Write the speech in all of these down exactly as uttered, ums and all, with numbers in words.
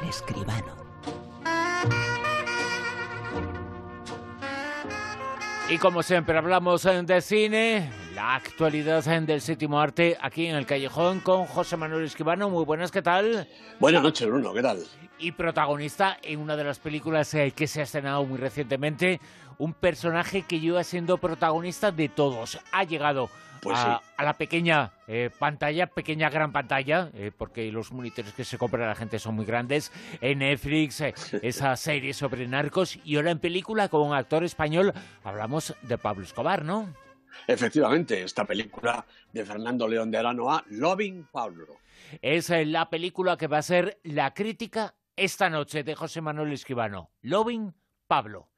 Escribano. Y como siempre hablamos de cine, la actualidad del séptimo arte aquí en El Callejón con José Manuel Escribano. Muy buenas, ¿qué tal? Buenas noches, Bruno, ¿qué tal? Y protagonista en una de las películas eh, que se ha estrenado muy recientemente, un personaje que lleva siendo protagonista de todos. Ha llegado pues a, sí. a la pequeña eh, pantalla, pequeña gran pantalla, eh, porque los monitores que se compran a la gente son muy grandes, en Netflix, eh, esa serie sobre narcos, y ahora en película con un actor español. Hablamos de Pablo Escobar, ¿no? Efectivamente, esta película de Fernando León de Aranoa, Loving Pablo. Es eh, la película que va a ser la crítica esta noche de José Manuel Escribano. Loving Pablo.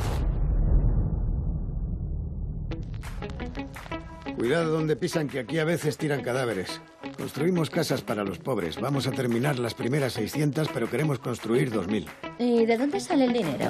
Cuidado donde pisan, que aquí a veces tiran cadáveres. Construimos casas para los pobres. Vamos a terminar las primeras seiscientas, pero queremos construir dos mil. ¿Y de dónde sale el dinero?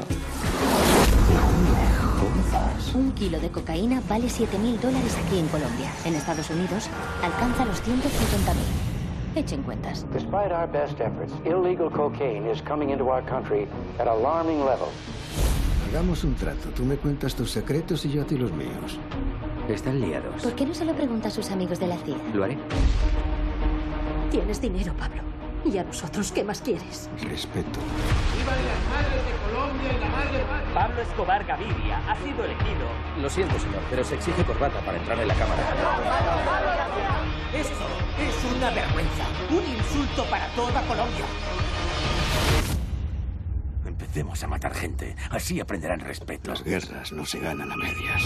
Un kilo de cocaína vale siete mil dólares aquí en Colombia. En Estados Unidos alcanza los ciento cincuenta mil. Echen cuentas. Despite our best efforts, illegal cocaine is coming into our country at alarming levels. Hagamos un trato. Tú me cuentas tus secretos y yo a ti los míos. Están liados. ¿Por qué no se lo pregunta a sus amigos de la C I A? Lo haré. Tienes dinero, Pablo. ¿Y a nosotros qué más quieres? Respeto. ¡Viva las madres de Colombia y la madre patria! Pablo Escobar Gaviria ha sido elegido. Lo siento, señor, pero se exige corbata para entrar en la cámara. Esto es una vergüenza, un insulto para toda Colombia. Empecemos a matar gente, así aprenderán respeto. Las guerras no se ganan a medias.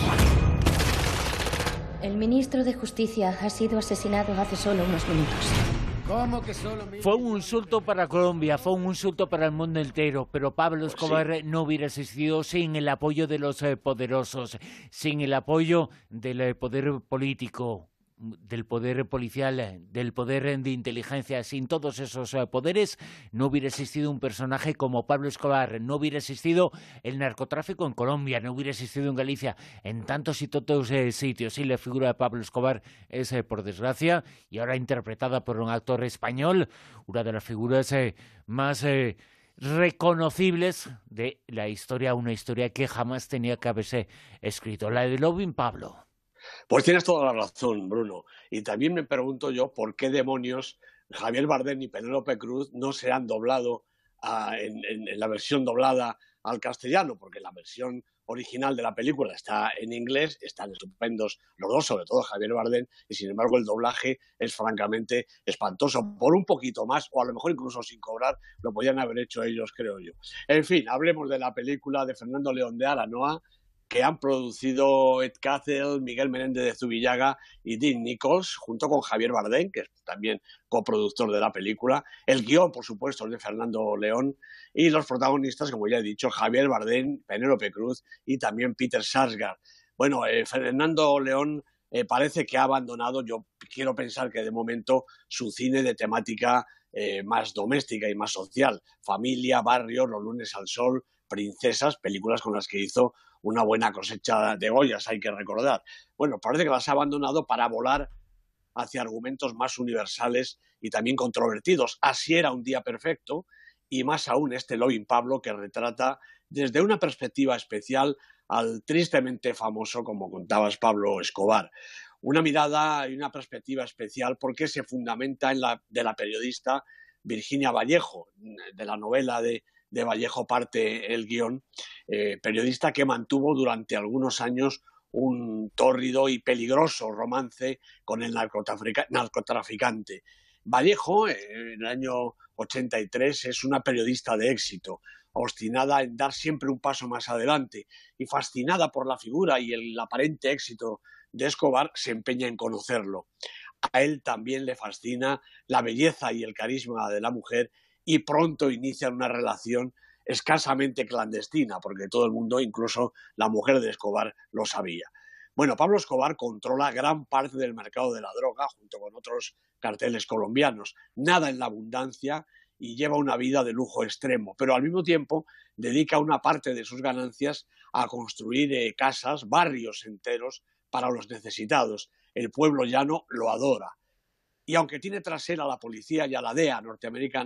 El ministro de Justicia ha sido asesinado hace solo unos minutos. ¿Cómo que solo mil... Fue un insulto para Colombia, fue un insulto para el mundo entero, pero Pablo Escobar Pues sí. no hubiera existido sin el apoyo de los eh, poderosos, sin el apoyo del eh, poder político, del poder policial, del poder de inteligencia. Sin todos esos eh, poderes no hubiera existido un personaje como Pablo Escobar, no hubiera existido el narcotráfico en Colombia, no hubiera existido en Galicia, en tantos y tantos eh, sitios. Y la figura de Pablo Escobar es, eh, por desgracia, y ahora interpretada por un actor español, una de las figuras eh, más eh, reconocibles de la historia, una historia que jamás tenía que haberse escrito, la de Loving Pablo. Pues tienes toda la razón, Bruno. Y también me pregunto yo por qué demonios Javier Bardem y Penélope Cruz no se han doblado a, en, en, en la versión doblada al castellano, porque la versión original de la película está en inglés, están estupendos los dos, sobre todo Javier Bardem, y sin embargo el doblaje es francamente espantoso. Por un poquito más, o a lo mejor incluso sin cobrar, lo podían haber hecho ellos, creo yo. En fin, hablemos de la película de Fernando León de Aranoa, que han producido Ed Catell, Miguel Menéndez de Zubillaga y Dean Nichols, junto con Javier Bardem, que es también coproductor de la película. El guión, por supuesto, es de Fernando León. Y los protagonistas, como ya he dicho, Javier Bardem, Penélope Cruz y también Peter Sarsgaard. Bueno, eh, Fernando León eh, parece que ha abandonado, yo quiero pensar que de momento, su cine de temática eh, más doméstica y más social. Familia, barrio, Los lunes al sol, Princesas, películas con las que hizo una buena cosecha de Goyas, hay que recordar. Bueno, parece que las ha abandonado para volar hacia argumentos más universales y también controvertidos. Así era Un día perfecto, y más aún este Loving Pablo, que retrata desde una perspectiva especial al tristemente famoso, como contabas, Pablo Escobar. Una mirada y una perspectiva especial porque se fundamenta en la de la periodista Virginia Vallejo, de la novela de de Vallejo parte el guión, eh, periodista que mantuvo durante algunos años un tórrido y peligroso romance con el narcotrafic- narcotraficante. Vallejo, eh, en el año ochenta y tres, es una periodista de éxito, obstinada en dar siempre un paso más adelante y fascinada por la figura y el aparente éxito de Escobar, se empeña en conocerlo. A él también le fascina la belleza y el carisma de la mujer, y pronto inician una relación escasamente clandestina, porque todo el mundo, incluso la mujer de Escobar, lo sabía. Bueno, Pablo Escobar controla gran parte del mercado de la droga, junto con otros carteles colombianos. Nada en la abundancia y lleva una vida de lujo extremo, pero al mismo tiempo dedica una parte de sus ganancias a construir eh, casas, barrios enteros para los necesitados. El pueblo llano lo adora. Y aunque tiene tras él a la policía y a la D E A norteamericana,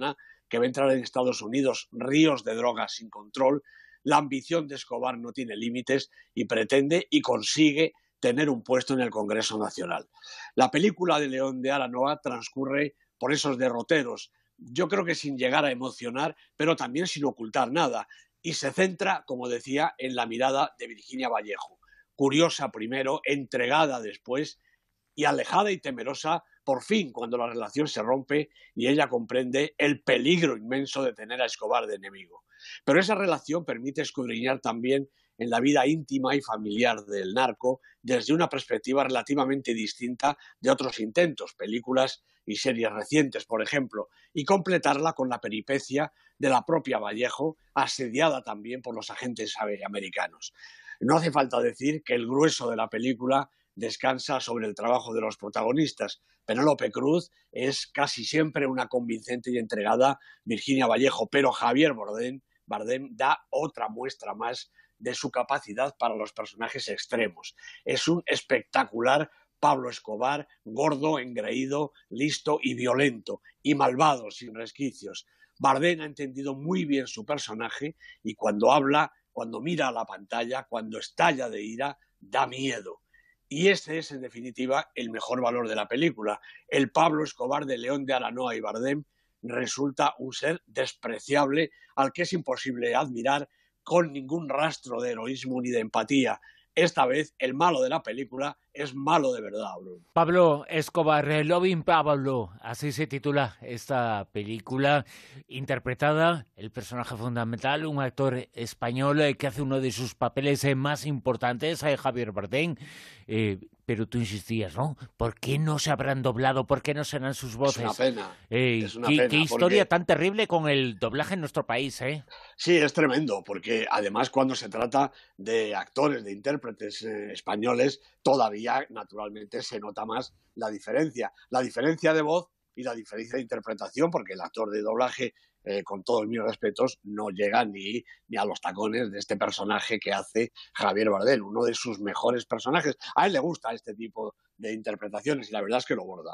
que va a entrar en Estados Unidos ríos de drogas sin control. La ambición de Escobar no tiene límites y pretende y consigue tener un puesto en el Congreso Nacional. La película de León de Aranoa transcurre por esos derroteros, yo creo que sin llegar a emocionar, pero también sin ocultar nada, y se centra, como decía, en la mirada de Virginia Vallejo, curiosa primero, entregada después y alejada y temerosa por fin cuando la relación se rompe y ella comprende el peligro inmenso de tener a Escobar de enemigo. Pero esa relación permite escudriñar también en la vida íntima y familiar del narco desde una perspectiva relativamente distinta de otros intentos, películas y series recientes, por ejemplo, y completarla con la peripecia de la propia Vallejo, asediada también por los agentes americanos. No hace falta decir que el grueso de la película descansa sobre el trabajo de los protagonistas. Penélope Cruz es casi siempre una convincente y entregada Virginia Vallejo, pero Javier Bardem, Bardem da otra muestra más de su capacidad para los personajes extremos. Es un espectacular Pablo Escobar, gordo, engreído, listo y violento, y malvado, sin resquicios. Bardem ha entendido muy bien su personaje y cuando habla, cuando mira a la pantalla, cuando estalla de ira, da miedo. Y este es, en definitiva, el mejor valor de la película. El Pablo Escobar de León de Aranoa y Bardem resulta un ser despreciable al que es imposible admirar con ningún rastro de heroísmo ni de empatía. Esta vez el malo de la película es malo de verdad, Bruno. Pablo Escobar, Loving Pablo, así se titula esta película, interpretada el personaje fundamental, un actor español eh, que hace uno de sus papeles eh, más importantes, eh, Javier Bardem. Eh, pero tú insistías, ¿no? ¿Por qué no se habrán doblado? ¿Por qué no serán sus voces? Es una pena. Eh, es una qué, pena qué historia porque... tan terrible con el doblaje en nuestro país, ¿eh? Sí, es tremendo, porque además cuando se trata de actores, de intérpretes eh, españoles, todavía naturalmente se nota más la diferencia. La diferencia de voz y la diferencia de interpretación, porque el actor de doblaje, eh, con todos mis respetos, no llega ni, ni a los tacones de este personaje que hace Javier Bardem, uno de sus mejores personajes. A él le gusta este tipo de interpretaciones y la verdad es que lo borda.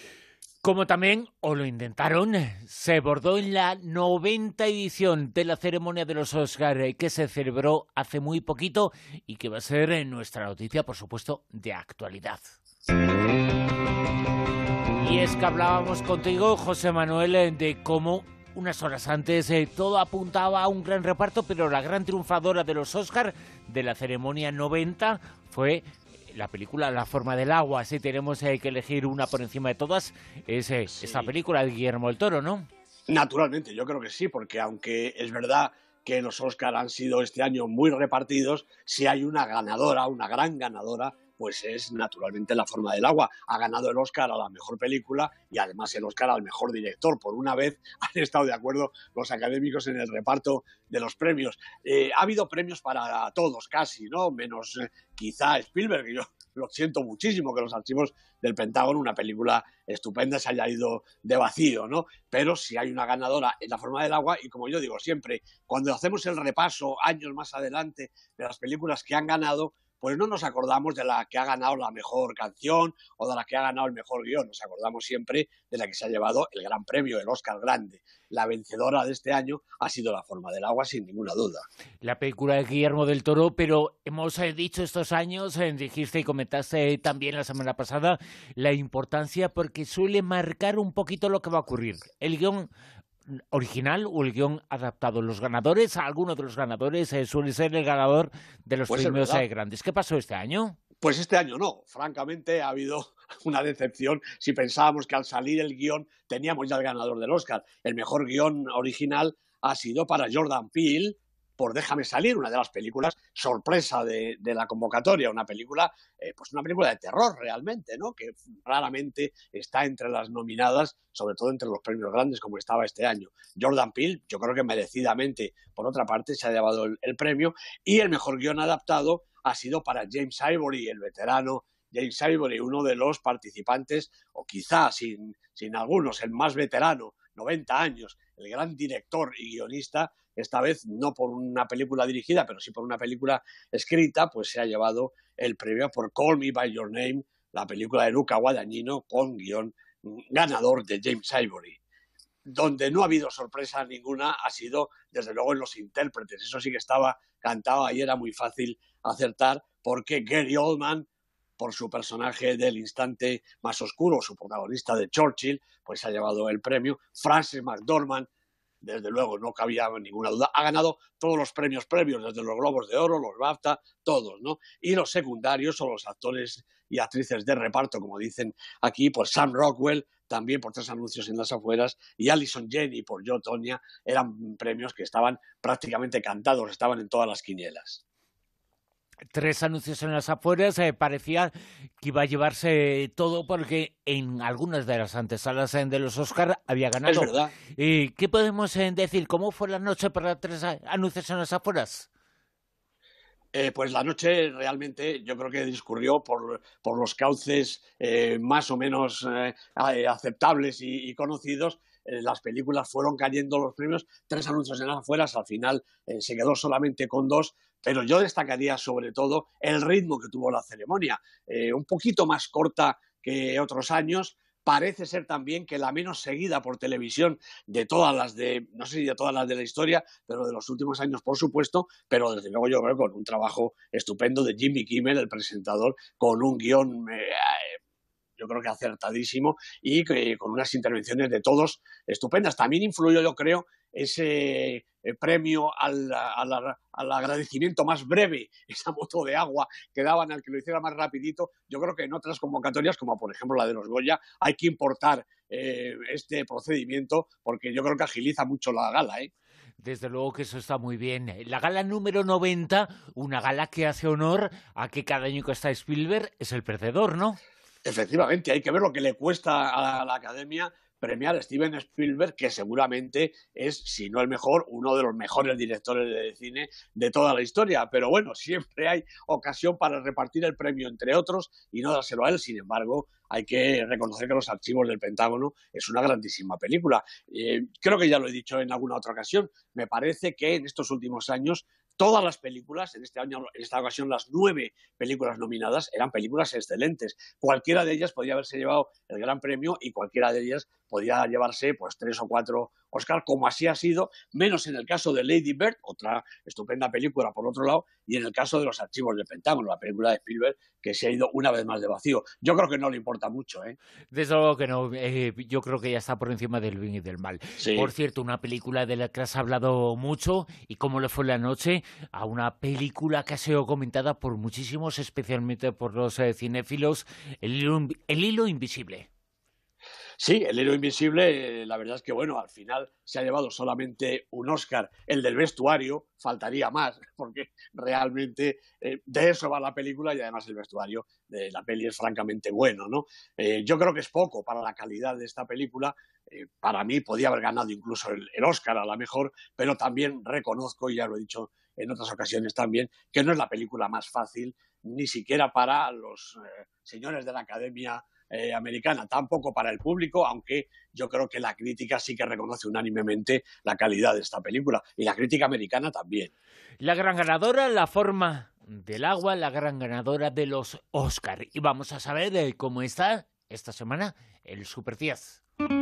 Como también, o lo intentaron, se bordó en la noventa edición de la ceremonia de los Oscar que se celebró hace muy poquito y que va a ser nuestra noticia, por supuesto, de actualidad. Y es que hablábamos contigo, José Manuel, de cómo unas horas antes eh, todo apuntaba a un gran reparto, pero la gran triunfadora de los Oscar de la ceremonia noventa fue la película La forma del agua. Si tenemos eh, que elegir una por encima de todas, es eh, sí. esta película de Guillermo del Toro, ¿no? Naturalmente, yo creo que sí, porque aunque es verdad que los Oscar han sido este año muy repartidos, si hay una ganadora, una gran ganadora, pues es naturalmente La forma del agua. Ha ganado el Oscar a la mejor película y además el Oscar al mejor director. Por una vez han estado de acuerdo los académicos en el reparto de los premios. Eh, ha habido premios para todos casi, ¿no? Menos eh, quizá Spielberg, que yo lo siento muchísimo que Los archivos del Pentágono, una película estupenda, se haya ido de vacío, ¿no? Pero si hay una ganadora en La forma del agua, y como yo digo siempre, cuando hacemos el repaso años más adelante de las películas que han ganado, pues no nos acordamos de la que ha ganado la mejor canción o de la que ha ganado el mejor guión, nos acordamos siempre de la que se ha llevado el gran premio, el Oscar grande. La vencedora de este año ha sido La forma del agua, sin ninguna duda. La película de Guillermo del Toro, pero hemos eh, dicho estos años, eh, dijiste y comentaste eh, también la semana pasada, la importancia porque suele marcar un poquito lo que va a ocurrir. El guión original o el guión adaptado. Los ganadores, alguno de los ganadores eh, suele ser el ganador de los pues premios eh, grandes. ¿Qué pasó este año? Pues este año no. Francamente ha habido una decepción si pensábamos que al salir el guión teníamos ya el ganador del Oscar. El mejor guión original ha sido para Jordan Peele por Déjame salir, una de las películas sorpresa de, de la convocatoria, una película, eh, pues una película de terror realmente, ¿no? Que raramente está entre las nominadas, sobre todo entre los premios grandes como estaba este año. Jordan Peele, yo creo que merecidamente, por otra parte, se ha llevado el, el premio, y el mejor guión adaptado ha sido para James Ivory, el veterano James Ivory, uno de los participantes, o quizá sin, sin algunos, el más veterano, noventa años, el gran director y guionista, esta vez no por una película dirigida, pero sí por una película escrita, pues se ha llevado el premio por Call Me By Your Name, la película de Luca Guadagnino, con guión ganador de James Ivory. Donde no ha habido sorpresa ninguna ha sido, desde luego, en los intérpretes. Eso sí que estaba cantado y era muy fácil acertar, porque Gary Oldman, por su personaje del instante más oscuro, su protagonista de Churchill, pues ha llevado el premio. Frances McDormand, desde luego, no cabía ninguna duda, ha ganado todos los premios previos, desde los Globos de Oro, los BAFTA, todos, ¿no? Y los secundarios, o los actores y actrices de reparto, como dicen aquí, pues Sam Rockwell, también por Tres anuncios en las afueras, y Allison Janney por Yo, Tonya, eran premios que estaban prácticamente cantados, estaban en todas las quinielas. Tres anuncios en las afueras, eh, parecía que iba a llevarse todo porque en algunas de las antesalas eh, de los Oscar había ganado. Es verdad. Eh, ¿Qué podemos eh, decir? ¿Cómo fue la noche para Tres anuncios en las afueras? Eh, pues la noche realmente yo creo que discurrió por, por los cauces eh, más o menos eh, aceptables y, y conocidos. Eh, las películas fueron cayendo los premios, Tres anuncios en las afueras, al final eh, se quedó solamente con dos, pero yo destacaría sobre todo el ritmo que tuvo la ceremonia, eh, un poquito más corta que otros años. Parece ser también que la menos seguida por televisión de todas las de, no sé si de todas las de la historia, pero de los últimos años, por supuesto, pero desde luego yo creo con un trabajo estupendo de Jimmy Kimmel, el presentador, con un guión eh, yo creo que acertadísimo y que, con unas intervenciones de todos estupendas. También influyó, yo creo, ese eh, premio al, al, al agradecimiento más breve, esa moto de agua que daban al que lo hiciera más rapidito. Yo creo que en otras convocatorias, como por ejemplo la de los Goya, hay que importar eh, este procedimiento porque yo creo que agiliza mucho la gala, ¿eh? Desde luego que eso está muy bien. La gala número noventa, una gala que hace honor a que cada año que está Spielberg es el perdedor, ¿no? Efectivamente, hay que ver lo que le cuesta a la Academia premiar a Steven Spielberg, que seguramente es, si no el mejor, uno de los mejores directores de cine de toda la historia. Pero bueno, siempre hay ocasión para repartir el premio entre otros y no dárselo a él. Sin embargo, hay que reconocer que Los archivos del Pentágono es una grandísima película. Eh, creo que ya lo he dicho en alguna otra ocasión. Me parece que en estos últimos años todas las películas, en este año, en esta ocasión las nueve películas nominadas, eran películas excelentes. Cualquiera de ellas podía haberse llevado el gran premio y cualquiera de ellas podía llevarse pues tres o cuatro Oscar, como así ha sido, menos en el caso de Lady Bird, otra estupenda película por otro lado, y en el caso de Los archivos del Pentágono, la película de Spielberg, que se ha ido una vez más de vacío. Yo creo que no le importa mucho, ¿eh? Desde luego que no, eh, yo creo que ya está por encima del bien y del mal. Sí. Por cierto, una película de la que has hablado mucho, y cómo le fue la noche a una película que ha sido comentada por muchísimos, especialmente por los eh, cinéfilos, el hilo, el hilo invisible. Sí, El hilo invisible, eh, la verdad es que, bueno, al final se ha llevado solamente un Oscar. El del vestuario, faltaría más, porque realmente eh, de eso va la película y además el vestuario de la peli es francamente bueno, ¿no? Eh, yo creo que es poco para la calidad de esta película. Eh, para mí podía haber ganado incluso el, el Oscar a la mejor, pero también reconozco, y ya lo he dicho en otras ocasiones también, que no es la película más fácil, ni siquiera para los eh, señores de la Academia Eh, americana, tampoco para el público, aunque yo creo que la crítica sí que reconoce unánimemente la calidad de esta película, y la crítica americana también. La gran ganadora, La forma del agua, la gran ganadora de los Oscar. Y vamos a saber de cómo está esta semana el Super diez.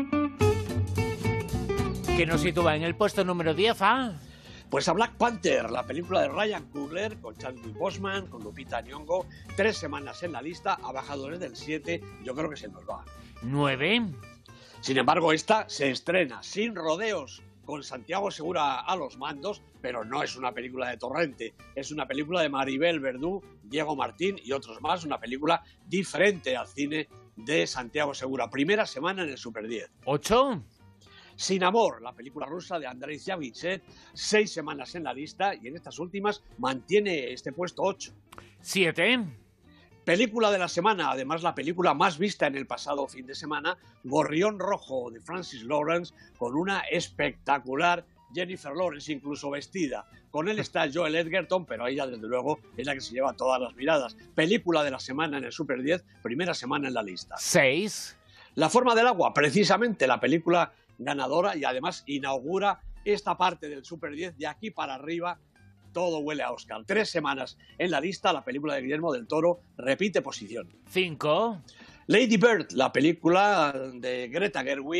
Que nos sitúa en el puesto número diez, ¿ah? Pues a Black Panther, la película de Ryan Coogler, con Chadwick Boseman, con Lupita Nyong'o, tres semanas en la lista, ha bajado desde el siete, yo creo que se nos va. ¿Nueve? Sin embargo, esta se estrena sin rodeos, con Santiago Segura a los mandos, pero no es una película de Torrente, es una película de Maribel Verdú, Diego Martín y otros más, una película diferente al cine de Santiago Segura. Primera semana en el Super diez. ¿Ocho? Sin amor, la película rusa de Andrei Zhyagintsev, seis semanas en la lista y en estas últimas mantiene este puesto ocho. ¿Siete? Película de la semana, además la película más vista en el pasado fin de semana, Gorrión Rojo, de Francis Lawrence, con una espectacular Jennifer Lawrence, incluso vestida. Con él está Joel Edgerton, pero ella desde luego es la que se lleva todas las miradas. Película de la semana en el Super diez, primera semana en la lista. ¿Seis? La forma del agua, precisamente la película ganadora, y además inaugura esta parte del Super diez. De aquí para arriba todo huele a Oscar. Tres semanas en la lista, la película de Guillermo del Toro repite posición. Cinco. Lady Bird, la película de Greta Gerwig,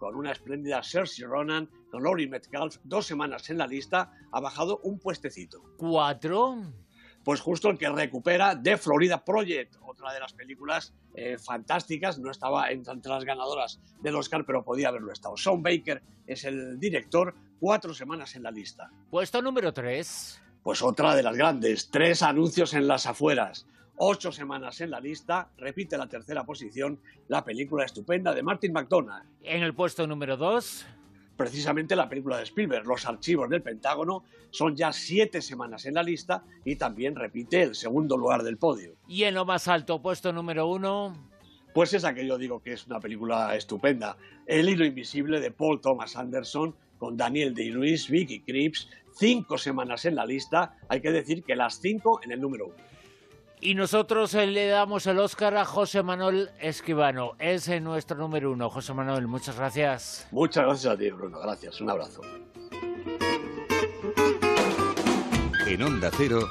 con una espléndida Saoirse Ronan, con Laurie Metcalf, dos semanas en la lista, ha bajado un puestecito. ¿Cuatro? Pues justo el que recupera The Florida Project, otra de las películas eh, fantásticas, no estaba entre las ganadoras del Oscar, pero podía haberlo estado. Sean Baker es el director, cuatro semanas en la lista. Puesto número tres. Pues otra de las grandes, tres anuncios en las afueras, ocho semanas en la lista, repite la tercera posición, la película estupenda de Martin McDonagh. En el puesto número dos... Precisamente la película de Spielberg, Los archivos del Pentágono, son ya siete semanas en la lista y también repite el segundo lugar del podio. Y en lo más alto, puesto número uno... Pues esa que yo digo que es una película estupenda, El hilo invisible de Paul Thomas Anderson, con Daniel Day-Lewis, Vicky Krieps, cinco semanas en la lista, hay que decir que las cinco en el número uno. Y nosotros le damos el Oscar a José Manuel Escribano. Es nuestro número uno. José Manuel, muchas gracias. Muchas gracias a ti, Bruno. Gracias. Un abrazo. En Onda Cero,